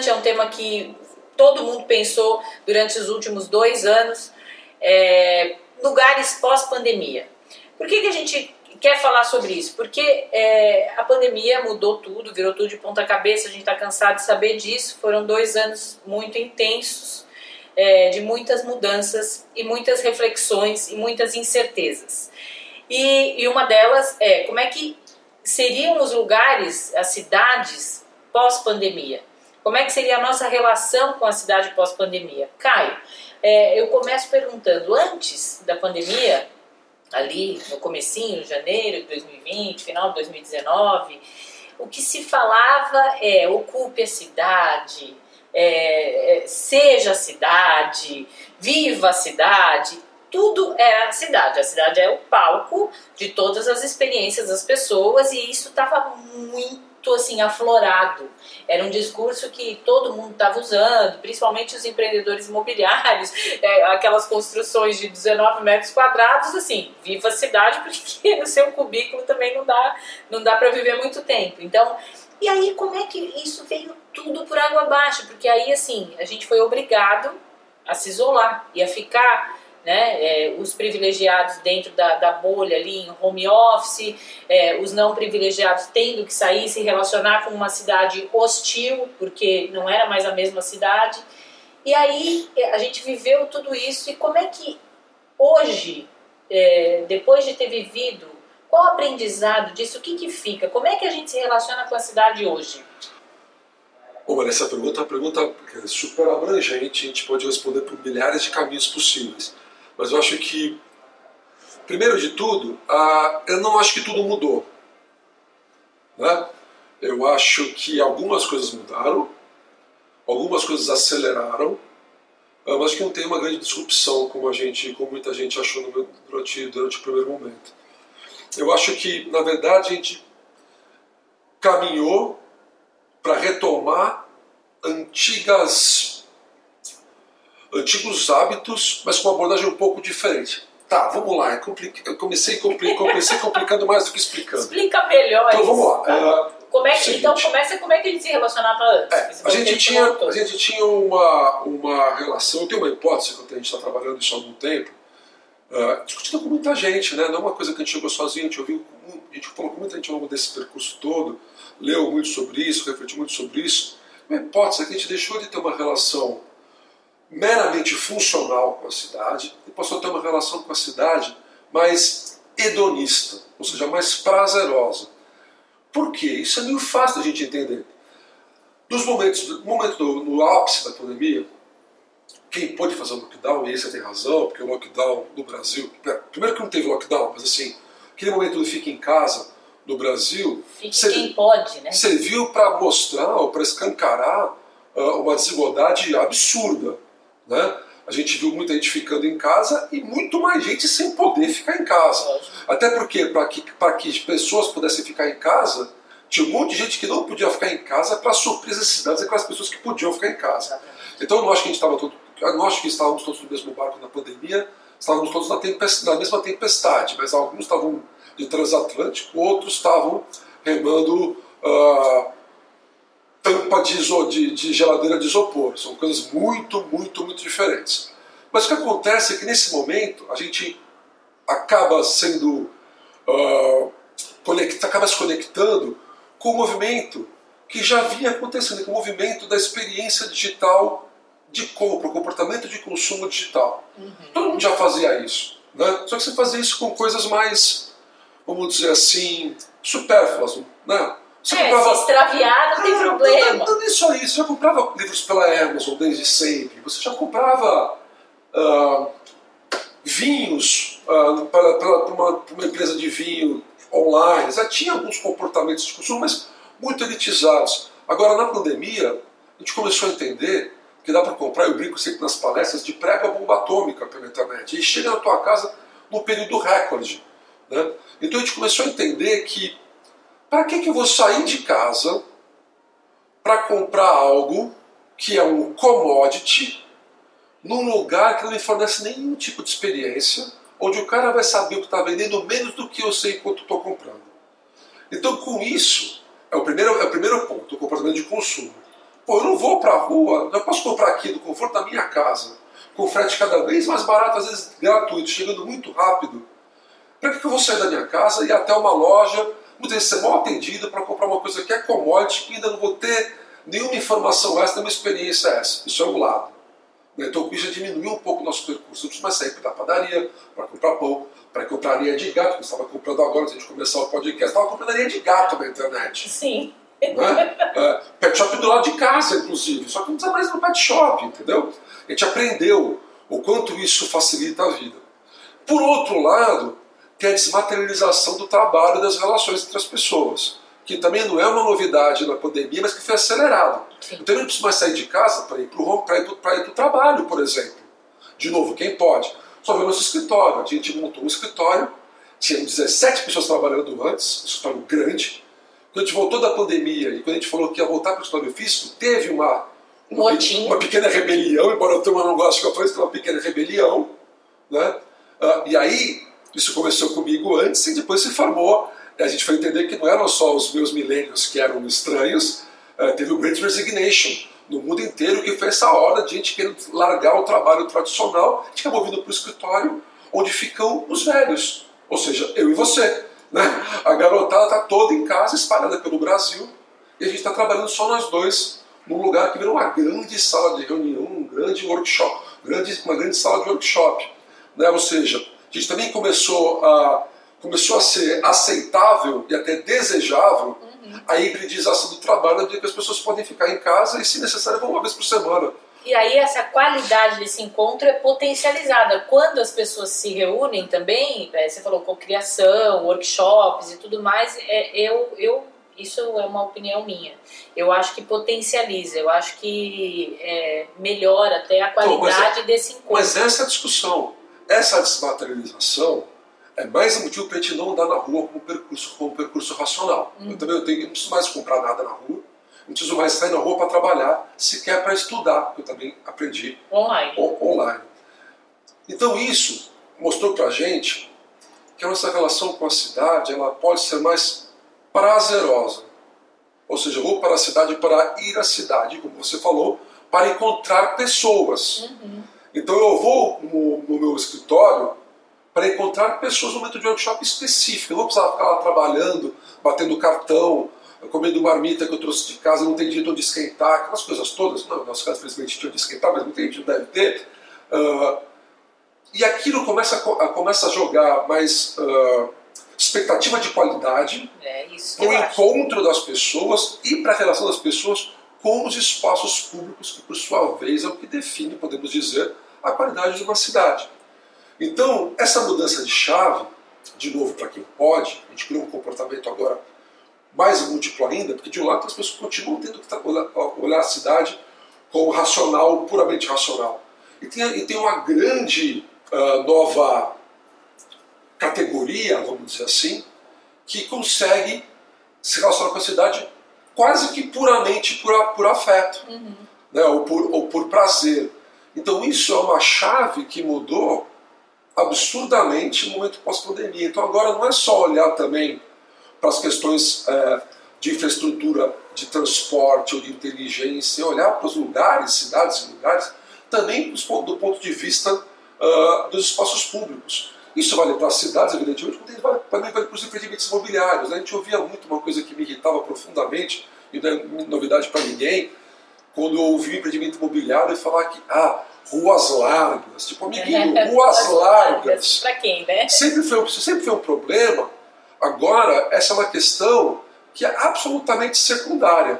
importante, é um tema que todo mundo pensou durante os últimos 2 anos, lugares pós-pandemia. Por que a gente quer falar sobre isso? Porque a pandemia mudou tudo, virou tudo de ponta cabeça, a gente está cansado de saber disso. Foram 2 anos muito intensos, de muitas mudanças e muitas reflexões e muitas incertezas. E uma delas é como é que seriam os lugares, as cidades pós-pandemia? Como é que seria a nossa relação com a cidade pós-pandemia? Caio, eu começo perguntando, antes da pandemia, ali no comecinho, janeiro de 2020, final de 2019, o que se falava é ocupe a cidade, seja a cidade, viva a cidade. Tudo é a cidade é o palco de todas as experiências das pessoas e isso estava muito assim aflorado. Era um discurso que todo mundo estava usando, principalmente os empreendedores imobiliários, aquelas construções de 19 metros quadrados, assim, viva a cidade, porque no seu cubículo também não dá para viver muito tempo. Então, e aí como é que isso veio tudo por água abaixo? Porque aí, assim, a gente foi obrigado a se isolar e a ficar... os privilegiados dentro da bolha ali em home office, os não privilegiados tendo que sair, se relacionar com uma cidade hostil, porque não era mais a mesma cidade. E aí a gente viveu tudo isso, e como é que hoje, depois de ter vivido, qual o aprendizado disso, o que fica? Como é que a gente se relaciona com a cidade hoje? Bom, essa pergunta é uma pergunta super abrangente, a gente pode responder por milhares de caminhos possíveis. Mas eu acho que, primeiro de tudo, eu não acho que tudo mudou. Né? Eu acho que algumas coisas mudaram, algumas coisas aceleraram, mas acho que não tem uma grande disrupção como muita gente achou durante o primeiro momento. Eu acho que, na verdade, a gente caminhou para retomar antigos hábitos, mas com uma abordagem um pouco diferente. Tá, vamos lá, eu comecei complicando mais do que explicando. Explica melhor. Então vamos lá. Então começa como é que a gente se relacionava antes. A gente tinha uma relação, eu tenho uma hipótese que a gente está trabalhando isso há algum tempo, discutida com muita gente, né? Não é uma coisa que a gente chegou sozinho, a gente falou com muita gente ao longo desse percurso todo, leu muito sobre isso, refletiu muito sobre isso. Uma hipótese é que a gente deixou de ter uma relação meramente funcional com a cidade e passou a ter uma relação com a cidade mais hedonista, ou seja, mais prazerosa. Por quê? Isso é meio fácil da gente entender. No ápice da pandemia, quem pôde fazer o lockdown, e aí você tem razão, porque o lockdown no Brasil, primeiro que não teve lockdown, mas assim, aquele momento do fica em casa no Brasil, quem pode, né? Serviu para mostrar ou para escancarar uma desigualdade absurda. Né? A gente viu muita gente ficando em casa e muito mais gente sem poder ficar em casa. Até porque, para que pessoas pudessem ficar em casa, tinha um monte de gente que não podia ficar em casa para suprir as necessidades daquelas pessoas que podiam ficar em casa. Então eu não acho que estávamos todos no mesmo barco na pandemia, estávamos todos na mesma tempestade, mas alguns estavam de transatlântico, outros estavam remando tampa de geladeira de isopor. São coisas muito, muito, muito diferentes. Mas o que acontece é que nesse momento a gente acaba se conectando com o movimento que já vinha acontecendo, que é o movimento da experiência digital de compra, o comportamento de consumo digital. Todo mundo já fazia isso, né? Só que você fazia isso com coisas mais, vamos dizer assim, supérfluas, né? Se extraviar não tem problema. Não é só isso, você já comprava livros pela Amazon desde sempre, você já comprava vinhos para uma empresa de vinho online, já tinha alguns comportamentos de consumo, mas muito elitizados. Agora, na pandemia, a gente começou a entender que dá para comprar, eu brinco sempre nas palestras, de prego a bomba atômica pela internet, e chega na tua casa num período recorde. Né? Então a gente começou a entender que para que eu vou sair de casa para comprar algo que é um commodity num lugar que não me fornece nenhum tipo de experiência, onde o cara vai saber o que está vendendo menos do que eu sei enquanto estou comprando. Então, com isso, é o primeiro ponto, o comportamento de consumo. Pô, eu não vou para a rua, eu posso comprar aqui do conforto da minha casa, com frete cada vez mais barato, às vezes gratuito, chegando muito rápido. Para que eu vou sair da minha casa e ir até uma loja, muitas vezes ser mal atendido para comprar uma coisa que é commodity, que ainda não vou ter nenhuma informação extra, nenhuma experiência essa. Isso é um lado. Então isso já diminuiu um pouco o nosso percurso. Eu preciso mais sair para a padaria, para comprar pão, para comprar areia de gato, que eu estava comprando agora, antes de começar o podcast, estava comprando areia de gato na internet. Sim. Né? Pet shop do lado de casa, inclusive. Só que não precisa mais ir no pet shop, entendeu? A gente aprendeu o quanto isso facilita a vida. Por outro lado, tem a desmaterialização do trabalho e das relações entre as pessoas, que também não é uma novidade na pandemia, mas que foi acelerado. Sim. Eu também não preciso mais sair de casa para ir para o trabalho, por exemplo. De novo, quem pode? Só ver nosso escritório. A gente montou um escritório, tinha 17 pessoas trabalhando antes, um escritório grande. Quando a gente voltou da pandemia e quando a gente falou que ia voltar para o escritório físico, teve uma pequena rebelião, embora a turma não goste que eu faça, uma pequena rebelião. Né? E aí, isso começou comigo antes e depois se formou. A gente foi entender que não eram só os meus milênios que eram estranhos, teve o Great Resignation no mundo inteiro, que foi essa hora de gente querendo largar o trabalho tradicional. A gente acabou vindo para o escritório onde ficam os velhos, ou seja, eu e você. Né? A garotada está toda em casa, espalhada pelo Brasil, e a gente está trabalhando só nós dois, num lugar que virou uma grande sala de reunião, um grande workshop, uma grande sala de workshop. Né? Ou seja, a gente também começou a ser aceitável e até desejável a hibridização do trabalho, de que as pessoas podem ficar em casa e, se necessário, vão uma vez por semana. E aí essa qualidade desse encontro é potencializada. Quando as pessoas se reúnem também, você falou cocriação, workshops e tudo mais, isso é uma opinião minha. Eu acho que potencializa, eu acho que melhora até a qualidade desse encontro. Mas essa é a discussão. Essa desmaterialização é mais um motivo para a gente não andar na rua como percurso racional. Eu também não preciso mais comprar nada na rua, não preciso mais sair na rua para trabalhar, sequer para estudar, que eu também aprendi online. Então isso mostrou para a gente que a nossa relação com a cidade ela pode ser mais prazerosa. Ou seja, eu vou para a cidade para ir à cidade, como você falou, para encontrar pessoas. Então eu vou no meu escritório para encontrar pessoas no momento de workshop específico. Eu não vou precisar ficar lá trabalhando, batendo cartão, comendo marmita que eu trouxe de casa, não tem jeito onde esquentar, aquelas coisas todas. Não, no nosso caso, felizmente, tinha onde esquentar, mas muita gente não deve ter. E aquilo começa a jogar mais expectativa de qualidade para o encontro das pessoas e para a relação das pessoas com os espaços públicos, que, por sua vez, é o que define, podemos dizer, a qualidade de uma cidade. Então, essa mudança de chave, de novo, para quem pode, a gente criou um comportamento agora mais múltiplo ainda, porque de um lado as pessoas continuam tendo que olhar a cidade como racional, puramente racional. E tem uma grande nova categoria, vamos dizer assim, que consegue se relacionar com a cidade quase que puramente por afeto, né, ou por prazer. Então isso é uma chave que mudou absurdamente no momento pós-pandemia. Então agora não é só olhar também para as questões de infraestrutura, de transporte ou de inteligência, olhar para os lugares, cidades e lugares, também do ponto de vista dos espaços públicos. Isso vale para as cidades, evidentemente, mas também vale para os empreendimentos imobiliários. A gente ouvia muito uma coisa que me irritava profundamente, e não é novidade para ninguém, quando eu ouvi o empreendimento imobiliário e falar que ruas largas, tipo, amiguinho, ruas largas. Para quem, né? Sempre foi um problema. Agora, essa é uma questão que é absolutamente secundária.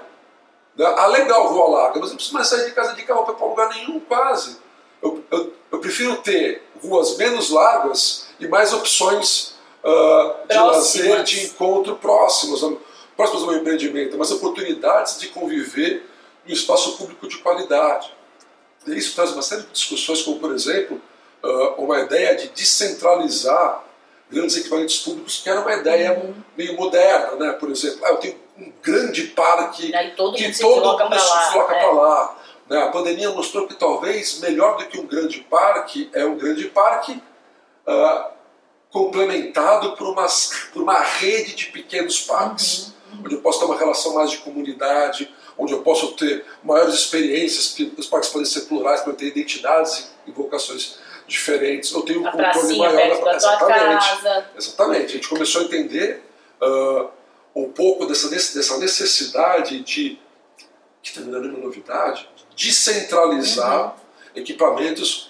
Legal, rua larga, mas não preciso mais sair de casa de carro para ir para lugar nenhum, quase. Eu prefiro ter ruas menos largas e mais opções de lazer, de encontro próximas ao meu empreendimento, mas oportunidades de conviver em um espaço público de qualidade. E isso traz uma série de discussões, como, por exemplo, uma ideia de descentralizar grandes equipamentos públicos, que era uma ideia meio moderna, né? Por exemplo, eu tenho um grande parque que todo mundo se desloca para lá. Né? A pandemia mostrou que talvez melhor do que um grande parque é um grande parque complementado por uma rede de pequenos parques, onde eu posso ter uma relação mais de comunidade, onde eu posso ter maiores experiências, os parques podem ser plurais, para eu ter identidades e vocações diferentes. Eu tenho um controle maior da tua casa. Exatamente. A gente começou a entender um pouco dessa necessidade de, que também não é uma novidade, de descentralizar equipamentos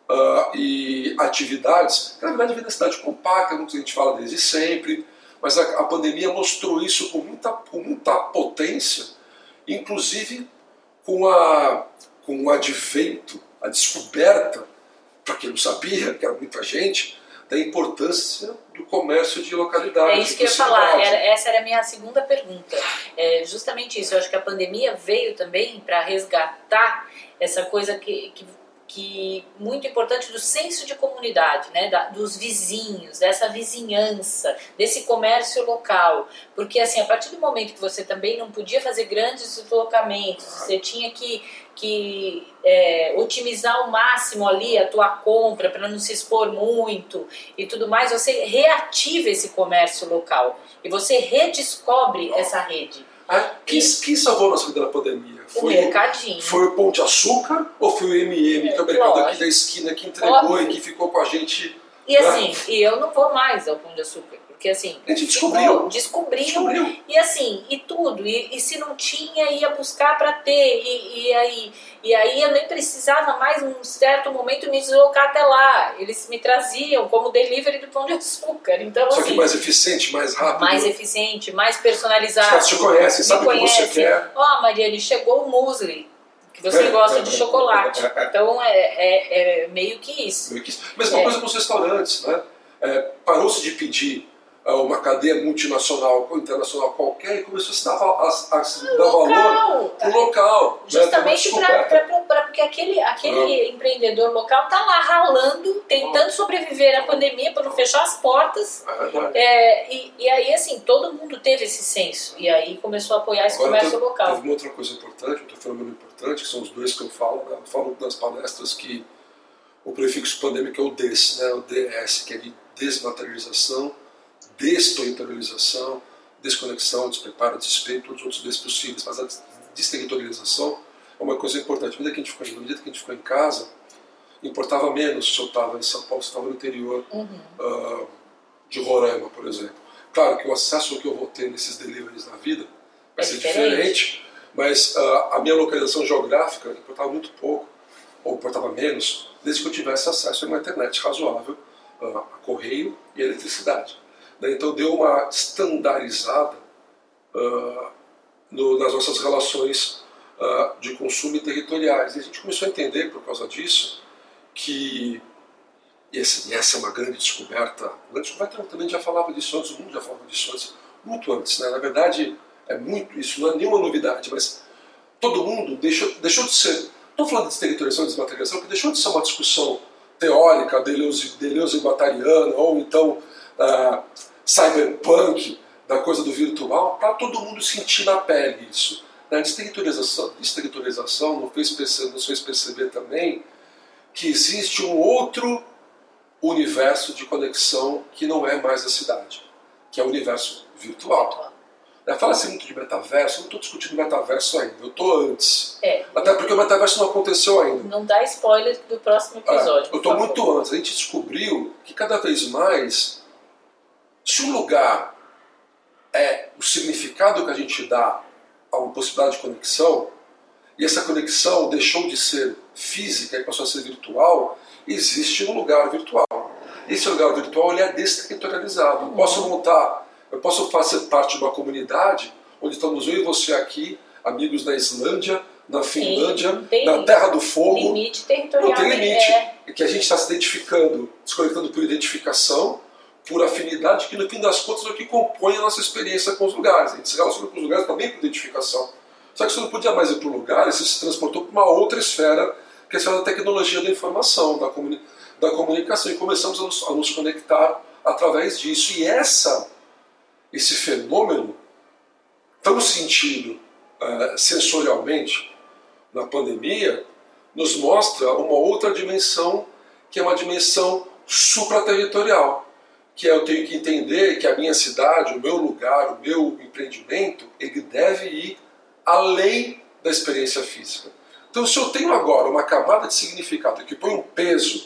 e atividades, que na verdade vem da cidade compacta, como a gente fala desde sempre, mas a pandemia mostrou isso com muita potência, inclusive com o advento, a descoberta, para quem não sabia, que era muita gente, da importância do comércio de localidade. É isso que eu ia falar, essa era a minha segunda pergunta. É justamente isso, eu acho que a pandemia veio também para resgatar essa coisa que muito importante do senso de comunidade, né? Dos vizinhos, dessa vizinhança, desse comércio local. Porque assim, a partir do momento que você também não podia fazer grandes deslocamentos, você tinha que otimizar ao máximo ali a tua compra para não se expor muito e tudo mais, você reativa esse comércio local e você redescobre essa rede. Quem salvou a nossa vida na pandemia? O mercadinho. Foi o Pão de Açúcar ou foi o M&M, que é o mercado aqui da esquina, que entregou e que ficou com a gente? E assim, e eu não vou mais ao Pão de Açúcar, porque assim... A gente descobriu. E assim, e tudo, e se não tinha, ia buscar para ter, e aí eu nem precisava mais, num certo momento, me deslocar até lá. Eles me traziam como delivery do Pão de Açúcar. Então, só assim, que mais eficiente, mais rápido. Mais eficiente, mais personalizado. Os caras te conhecem, sabe o que você quer. Mariane, chegou o muesli, que você gosta de chocolate. Então é meio que isso. Mesma coisa com os restaurantes, né? Parou-se de pedir uma cadeia multinacional ou internacional qualquer e começou a se dar valor pro local. Justamente porque aquele empreendedor local está lá ralando, tentando sobreviver à pandemia para não fechar as portas. E aí, assim, todo mundo teve esse senso. E aí começou a apoiar esse comércio local. Teve uma outra coisa importante, outro fenômeno importante, que são os dois que eu falo. Né? Eu falo nas palestras que o prefixo pandêmico é o DES, né? O DS, que é de desmaterialização, desterritorialização, desconexão, despreparo, desrespeito, todos os outros Ds possíveis, mas a desterritorialização é uma coisa importante. À medida que a gente ficou em casa, importava menos se eu estava em São Paulo, se eu estava no interior de Roraima, por exemplo. Claro que o acesso que eu vou ter nesses deliveries na vida vai ser diferente, mas a minha localização geográfica importava muito pouco, ou importava menos, desde que eu tivesse acesso a uma internet razoável, a correio e a eletricidade. Então deu uma estandarizada nas nossas relações de consumo e territoriais. E a gente começou a entender, por causa disso, que, e essa é uma grande descoberta, eu também já falava disso antes, o mundo já falava disso antes, muito antes. Né? Na verdade, isso não é nenhuma novidade, mas todo mundo deixou de ser, estou falando de territorialização e desmaterialização, porque deixou de ser uma discussão teórica, deleuze-guattariana, ou então cyberpunk, da coisa do virtual, para todo mundo sentir na pele isso. A desterritorialização nos fez perceber também que existe um outro universo de conexão que não é mais a cidade, que é o universo virtual. Fala-se muito de metaverso, eu não estou discutindo metaverso ainda, eu estou antes. Até porque o metaverso não aconteceu ainda. Não dá spoiler do próximo episódio. Eu estou muito antes. A gente descobriu que cada vez mais, se um lugar o significado que a gente dá a uma possibilidade de conexão, e essa conexão deixou de ser física e passou a ser virtual, existe um lugar virtual. Esse lugar virtual ele é desterritorializado. Eu posso fazer parte de uma comunidade onde estamos eu e você aqui, amigos na Islândia, na Finlândia, na Terra do Fogo. Limite territorial. Não tem limite. É que a gente está se identificando, se conectando por identificação, por afinidade, que no fim das contas é o que compõe a nossa experiência com os lugares. A gente se relaciona com os lugares também por identificação. Só que você não podia mais ir para o lugar, isso se transportou para uma outra esfera, que é a esfera da tecnologia da informação, da comunicação, e começamos a nos conectar através disso. E esse fenômeno, tão sentido sensorialmente na pandemia, nos mostra uma outra dimensão, que é uma dimensão supraterritorial, que eu tenho que entender que a minha cidade, o meu lugar, o meu empreendimento, ele deve ir além da experiência física. Então, se eu tenho agora uma camada de significado que põe um peso,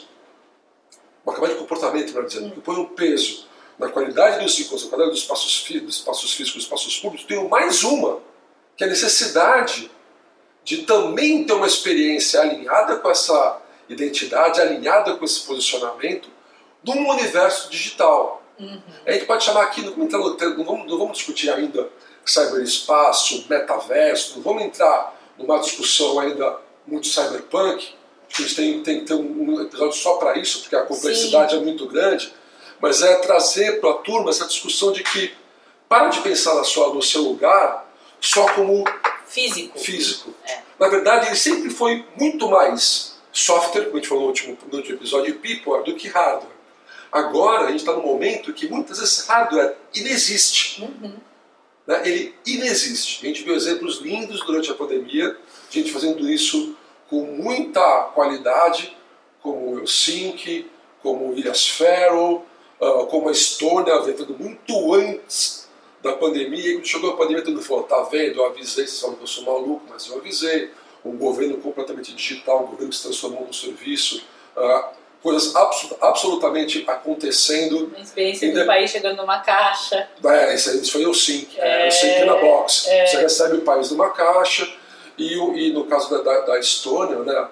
uma camada de comportamento, melhor dizendo, que põe um peso na qualidade dos encontros, na qualidade dos espaços físicos, dos espaços públicos, tenho mais uma, que é a necessidade de também ter uma experiência alinhada com essa identidade, alinhada com esse posicionamento, num universo digital. A gente pode chamar aqui, não vamos discutir ainda cyberespaço, metaverso, não vamos entrar numa discussão ainda muito cyberpunk, a gente tem que ter um episódio só para isso, porque a complexidade é muito grande, mas é trazer para a turma essa discussão de que para de pensar no seu lugar só como físico. Na verdade, ele sempre foi muito mais software, como a gente falou no último episódio, de people do que hardware. Agora a gente está num momento que muitas vezes hardware inexiste. Né? Ele inexiste. A gente viu exemplos lindos durante a pandemia, gente fazendo isso com muita qualidade, como o Helsinki, como o Ilhas Faroe, como a Estônia, vendo muito antes da pandemia. E quando chegou a pandemia, todo mundo falou: tá vendo, eu avisei, vocês falam que eu sou maluco, mas eu avisei. Um governo completamente digital, um governo que se transformou num serviço, coisas absolutamente acontecendo. Uma experiência do país chegando numa caixa. Isso foi o Helsinki, o Sync na Box. Você recebe o país numa caixa, e no caso da Estônia, né,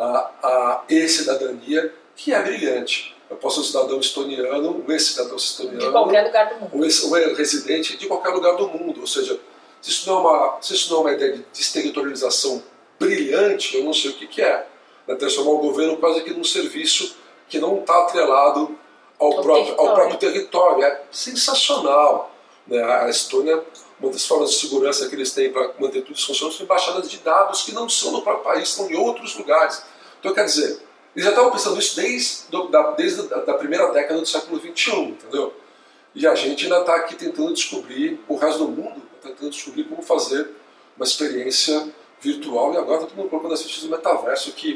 a e-cidadania, que é brilhante. Eu posso ser um cidadão estoniano, um ex-cidadão estoniano. De qualquer lugar do mundo. Um residente de qualquer lugar do mundo. Ou seja, se isso não é uma ideia de desterritorialização brilhante, eu não sei o que é. Transformar o governo quase que num serviço que não está atrelado ao próprio território. É sensacional. Né? A Estônia, uma das formas de segurança que eles têm para manter tudo isso funcionando são embaixadas de dados que não são no próprio país, são em outros lugares. Então, quer dizer, eles já estavam pensando isso desde a primeira década do século XXI, entendeu? E a gente ainda está aqui tentando descobrir, o resto do mundo está tentando descobrir como fazer uma experiência virtual, e agora está todo mundo colocando as fichas do metaverso que...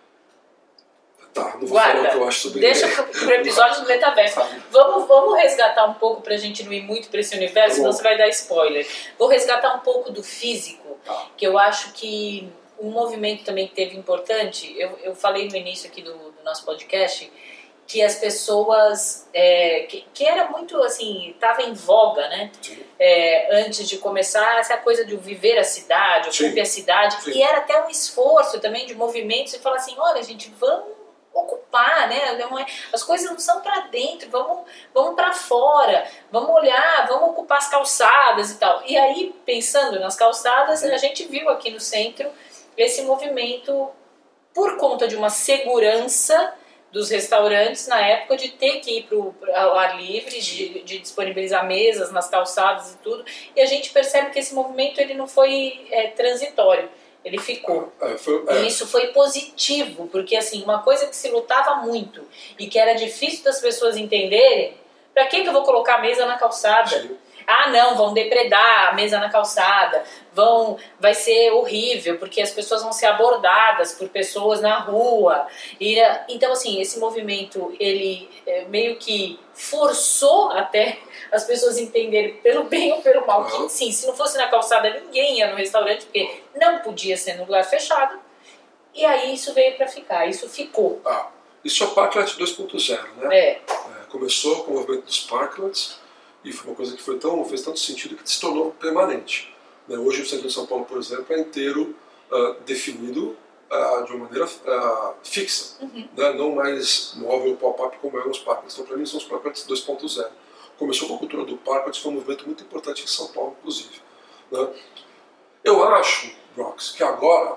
Tá, não vou falar o que eu acho sobre isso. Deixa pro episódio do metaverso. Vamos resgatar um pouco pra gente não ir muito pra esse universo, senão você vai dar spoiler. Vou resgatar um pouco do físico, que eu acho que um movimento também que teve importante, eu falei no início aqui do nosso podcast, que as pessoas, que era muito assim, estava em voga, né? Antes de começar essa coisa de viver a cidade, ocupe a cidade, e era até um esforço também de movimentos, de falar assim, olha gente, vamos ocupar, né? As coisas não são para dentro, vamos para fora, vamos olhar, vamos ocupar as calçadas e tal. E aí, pensando nas calçadas, a gente viu aqui no centro esse movimento por conta de uma segurança dos restaurantes na época de ter que ir ao ar livre, de disponibilizar mesas nas calçadas e tudo. E a gente percebe que esse movimento ele não foi transitório. Ele ficou. E isso foi positivo, porque assim, uma coisa que se lutava muito e que era difícil das pessoas entenderem, pra que eu vou colocar a mesa na calçada? Sim. Ah não, vão depredar a mesa na calçada, vai ser horrível, porque as pessoas vão ser abordadas por pessoas na rua. Então assim, esse movimento, ele meio que forçou até as pessoas entenderem pelo bem ou pelo mal, que sim, se não fosse na calçada ninguém ia no restaurante, porque não podia ser no lugar fechado, e aí isso veio para ficar, isso ficou. Isso é o Parklet 2.0, né? Começou com o movimento dos Parklets, e foi uma coisa que fez tanto sentido que se tornou permanente. Hoje o centro de São Paulo, por exemplo, é inteiro definido de uma maneira fixa, né? Não mais móvel pop-up como eram os Parklets. Então, para mim, são os Parklets 2.0. Começou com a cultura do Parklet, foi um movimento muito importante em São Paulo, inclusive. Né? Eu acho, Brox, que agora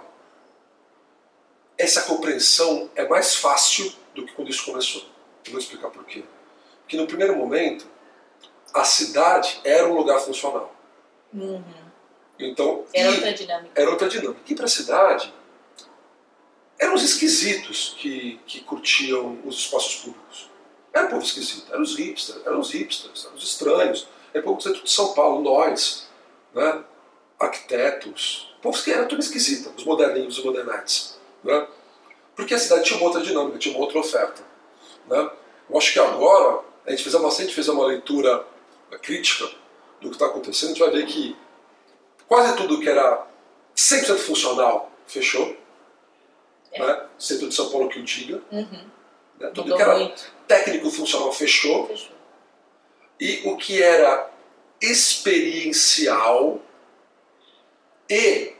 essa compreensão é mais fácil do que quando isso começou. Eu vou explicar por quê. Porque no primeiro momento, a cidade era um lugar funcional. Então, era outra dinâmica. Era outra dinâmica. E para a cidade, eram os esquisitos que curtiam os espaços públicos. Era um povo esquisito, eram os hipsters, eram os estranhos. Era o povo do centro de São Paulo, nós, né? Arquitetos, povos que era tudo esquisito, os moderninhos, os modernetes. Né? Porque a cidade tinha uma outra dinâmica, tinha uma outra oferta. Né? Eu acho que agora, a gente fizer uma leitura crítica do que está acontecendo, a gente vai ver que quase tudo que era 100% funcional, fechou. Né? Centro de São Paulo que o diga. Né? Tudo que era muito. Técnico funcional fechou. E o que era experiencial e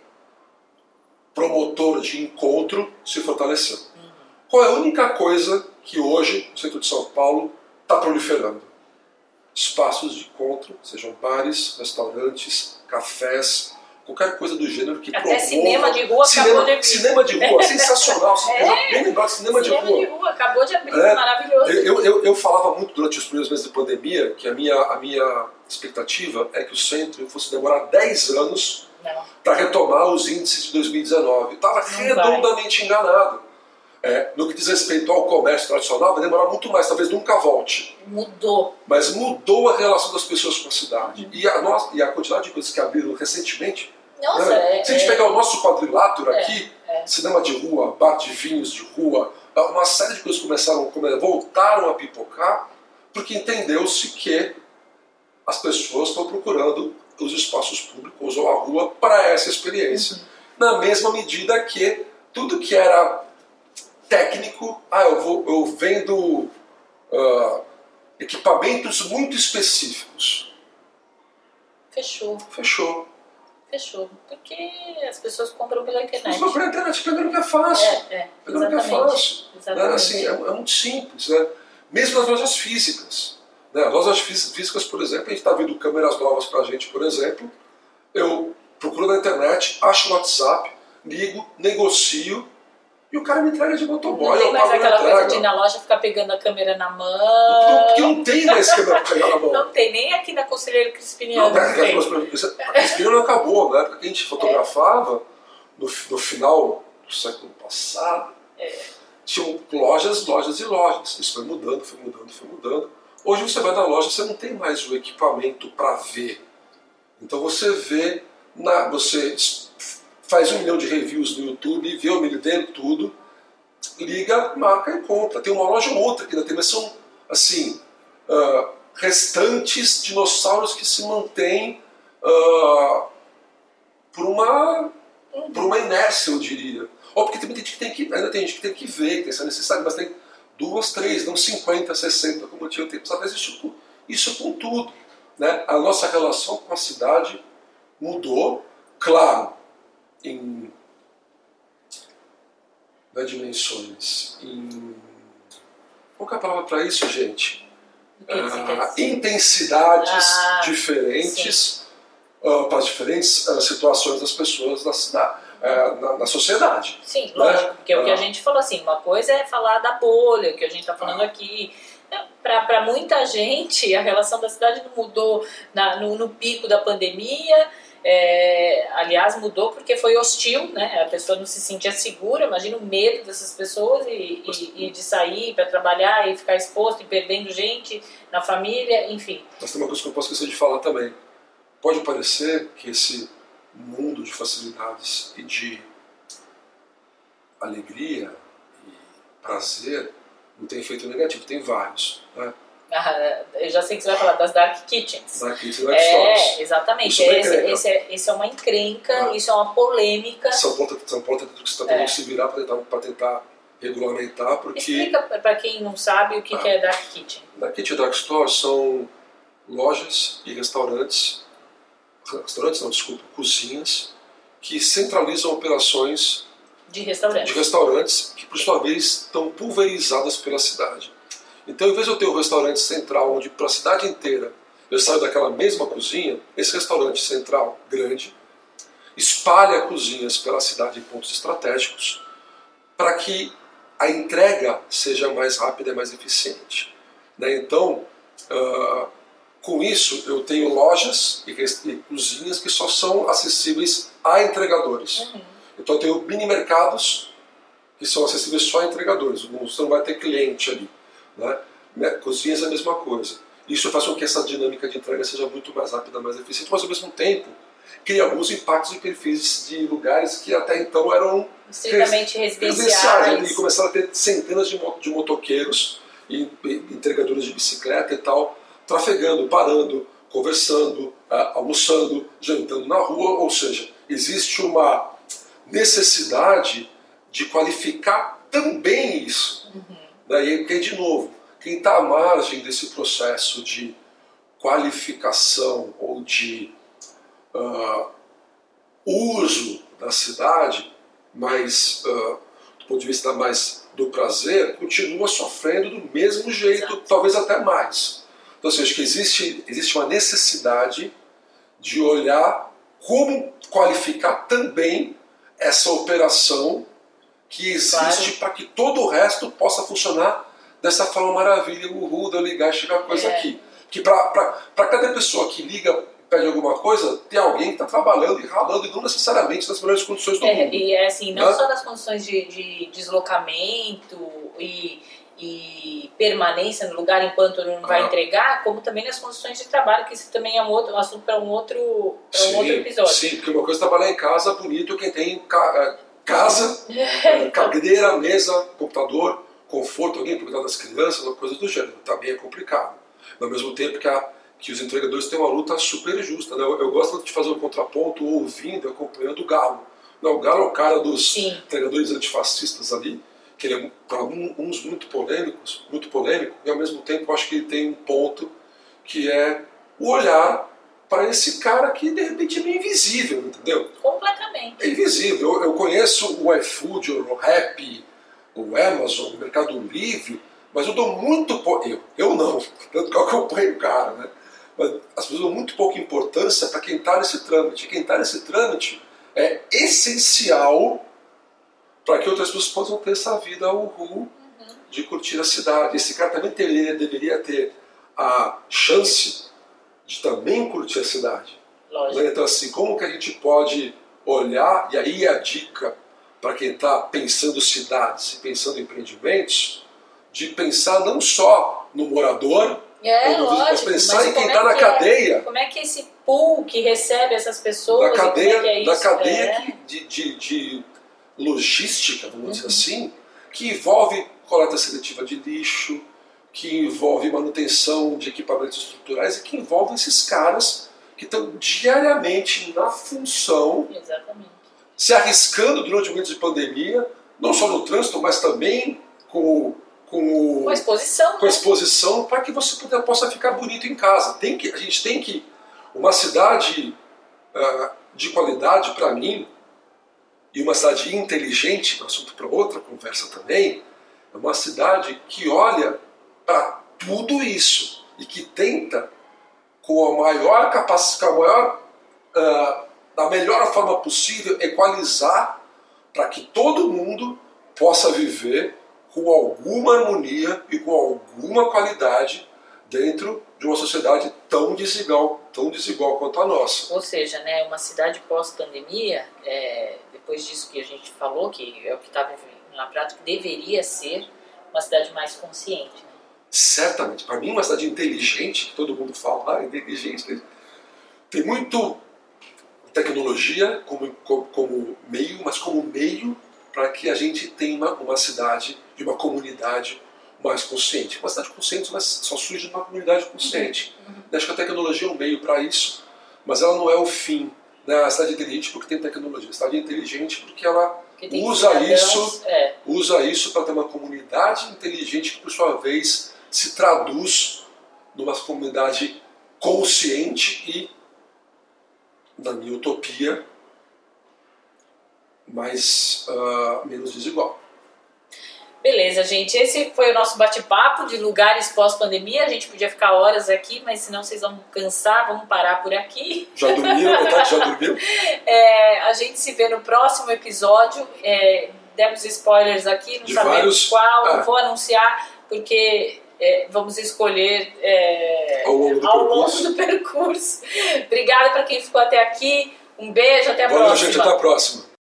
promotor de encontro se fortaleceu. Qual é a única coisa que hoje o centro de São Paulo está proliferando? Espaços de encontro, sejam bares, restaurantes, cafés, qualquer coisa do gênero que promova... Até cinema de rua acabou de abrir. Cinema de rua, sensacional. Bem lembrado, cinema de rua. Acabou de abrir, maravilhoso. Eu falava muito durante os primeiros meses de pandemia que a minha expectativa é que o centro fosse demorar 10 anos para retomar os índices de 2019. Estava redondamente enganado. No que diz respeito ao comércio tradicional, vai demorar muito mais, talvez nunca volte. Mudou. Mas mudou a relação das pessoas com a cidade. E a quantidade de coisas que abriram recentemente. Nossa, Se a gente pegar o nosso quadrilátero aqui, cinema de rua, bar de vinhos de rua, uma série de coisas voltaram a pipocar, porque entendeu-se que as pessoas estão procurando os espaços públicos ou a rua para essa experiência. Na mesma medida que tudo que era técnico, eu vendo equipamentos muito específicos. Fechou. Porque as pessoas compram pela internet. As pessoas compram pela internet, pegando o que é fácil. Pegando o que é fácil. Né? Assim, é muito simples. Né? Mesmo nas lojas físicas. Né? As lojas físicas, por exemplo, a gente está vendo câmeras novas para a gente, por exemplo. Eu procuro na internet, acho o WhatsApp, ligo, negocio, e o cara me entrega de motoboy. Não tem mais aquela coisa de ir na loja ficar pegando a câmera na mão. Porque não tem mais câmera para pegar na mão. Não tem, nem aqui na Conselheiro Crispiniano. A Crispiniano acabou, né? Porque a gente fotografava no final do século passado. Tinham lojas e lojas. Isso foi mudando. Hoje você vai na loja, você não tem mais o equipamento para ver. Então você vê, você faz 1 milhão de reviews no YouTube, vê o milho dele, tudo, liga, marca e compra. Tem uma loja ou outra que ainda tem, mas são, assim, restantes dinossauros que se mantêm por uma inércia, eu diria. Ou porque ainda tem gente que tem que ver, que tem essa necessidade, mas tem 2, 3, não 50, 60, como eu tinha tempo. Às vezes isso com tudo. Né? A nossa relação com a cidade mudou, claro, em dimensões, qual que é a palavra para isso, gente? Intensidades diferentes para as diferentes situações das pessoas da cidade, na sociedade. Sim, lógico, porque o que a gente falou assim, uma coisa é falar da bolha, que a gente está falando aqui. Para muita gente, a relação da cidade não mudou no pico da pandemia. Aliás, mudou porque foi hostil, né? A pessoa não se sentia segura. Imagina o medo dessas pessoas e de sair para trabalhar e ficar exposto e perdendo gente na família, enfim. Mas tem uma coisa que eu posso esquecer de falar também. Pode parecer que esse mundo de facilidades e de alegria e prazer não tem efeito negativo, tem vários, né? Eu já sei que você vai falar das Dark Kitchens. Dark Kitchens e Dark Stores. Exatamente. Esse é uma encrenca, isso é uma polêmica. São pontos que você está tendo que se virar para tentar regulamentar, porque... Explica para quem não sabe o que é Dark Kitchen. Dark Kitchen e Dark Stores são lojas e restaurantes, cozinhas, que centralizam operações de restaurantes que, por sua vez, estão pulverizadas pela cidade. Então, em vez de eu ter um restaurante central, onde para a cidade inteira eu saio daquela mesma cozinha, esse restaurante central, grande, espalha cozinhas pela cidade em pontos estratégicos para que a entrega seja mais rápida e mais eficiente. Né? Então, com isso, eu tenho lojas e cozinhas que só são acessíveis a entregadores. Então, eu tenho mini mercados que são acessíveis só a entregadores. Você não vai ter cliente ali. Né? Cozinhas é a mesma coisa. Isso faz com que essa dinâmica de entrega seja muito mais rápida, mais eficiente, mas ao mesmo tempo cria alguns impactos em perfis de lugares que até então eram estritamente residenciais. E começaram a ter centenas de motoqueiros e entregadores de bicicleta e tal, trafegando, parando, conversando, almoçando, jantando na rua, ou seja, existe uma necessidade de qualificar também isso. Daí, porque, de novo, quem está à margem desse processo de qualificação ou de uso da cidade, mas do ponto de vista mais do prazer, continua sofrendo do mesmo jeito, Exato. talvez até mais. Então, assim, acho que existe uma necessidade de olhar como qualificar também essa operação que existe, Claro. para que todo o resto possa funcionar dessa forma maravilha, de eu ligar e chegar a coisa aqui. Que para cada pessoa que liga, pede alguma coisa, tem alguém que está trabalhando e ralando, e não necessariamente nas melhores condições do mundo. E é assim, não só nas condições de deslocamento e permanência no lugar enquanto não vai entregar, como também nas condições de trabalho, que isso também é um assunto para um outro episódio. Sim, porque uma coisa é trabalhar em casa bonito, quem tem casa, cadeira, mesa, computador, conforto, alguém para cuidar das crianças, uma coisa do gênero, também é complicado. Ao mesmo tempo que os entregadores têm uma luta super justa, né? Eu gosto de fazer um contraponto ouvindo, acompanhando o Galo. O Galo é o cara dos entregadores antifascistas ali, que ele é para uns muito polêmico, e ao mesmo tempo eu acho que ele tem um ponto que é o olhar para esse cara que de repente é meio invisível, entendeu? Completamente. É invisível. Eu conheço o iFood, o Rappi, o Amazon, o Mercado Livre, mas eu dou muito pouco. Eu não, tanto que eu acompanho o cara, né? Mas as pessoas dão muito pouca importância para quem está nesse trâmite. Quem está nesse trâmite é essencial para que outras pessoas possam ter essa vida de curtir a cidade. Esse cara também deveria ter a chance de também curtir a cidade. Lógico. Então, assim, como que a gente pode olhar, e aí a dica para quem está pensando cidades e pensando em empreendimentos, de pensar não só no morador, mas pensar em quem está na cadeia. Como é que esse pool que recebe essas pessoas, da cadeia é de logística, vamos dizer assim, que envolve coleta seletiva de lixo, que envolve manutenção de equipamentos estruturais e que envolve esses caras que estão diariamente na função, se arriscando durante momentos de pandemia, não só no trânsito, mas também com a exposição, para que você possa ficar bonito em casa. A gente tem que... Uma cidade de qualidade, para mim, e uma cidade inteligente, um assunto para outra conversa também, é uma cidade que olha para tudo isso e que tenta, com a maior capacidade, da melhor forma possível, equalizar para que todo mundo possa viver com alguma harmonia e com alguma qualidade dentro de uma sociedade tão desigual quanto a nossa. Ou seja, né, uma cidade pós-pandemia, depois disso que a gente falou, que é o que está vivendo na prática, deveria ser uma cidade mais consciente. Né? Certamente. Para mim, uma cidade inteligente, que todo mundo fala, inteligente, tem muito tecnologia como meio, mas como meio para que a gente tenha uma cidade e uma comunidade mais consciente. Uma cidade consciente, mas só surge de uma comunidade consciente. Acho que a tecnologia é um meio para isso, mas ela não é o fim. Né? A cidade é inteligente porque tem tecnologia. A cidade é inteligente porque ela usa isso para ter uma comunidade inteligente que, por sua vez, se traduz numa comunidade consciente e, na minha utopia, menos desigual. Beleza, gente. Esse foi o nosso bate-papo de lugares pós-pandemia. A gente podia ficar horas aqui, mas senão vocês vão cansar, vamos parar por aqui. Já dormiram? Já dormiu? A gente se vê no próximo episódio. Demos spoilers aqui, não sabemos qual. Vou anunciar, porque vamos escolher ao longo do percurso. Obrigada para quem ficou até aqui. Um beijo, até a próxima. Gente, até a próxima.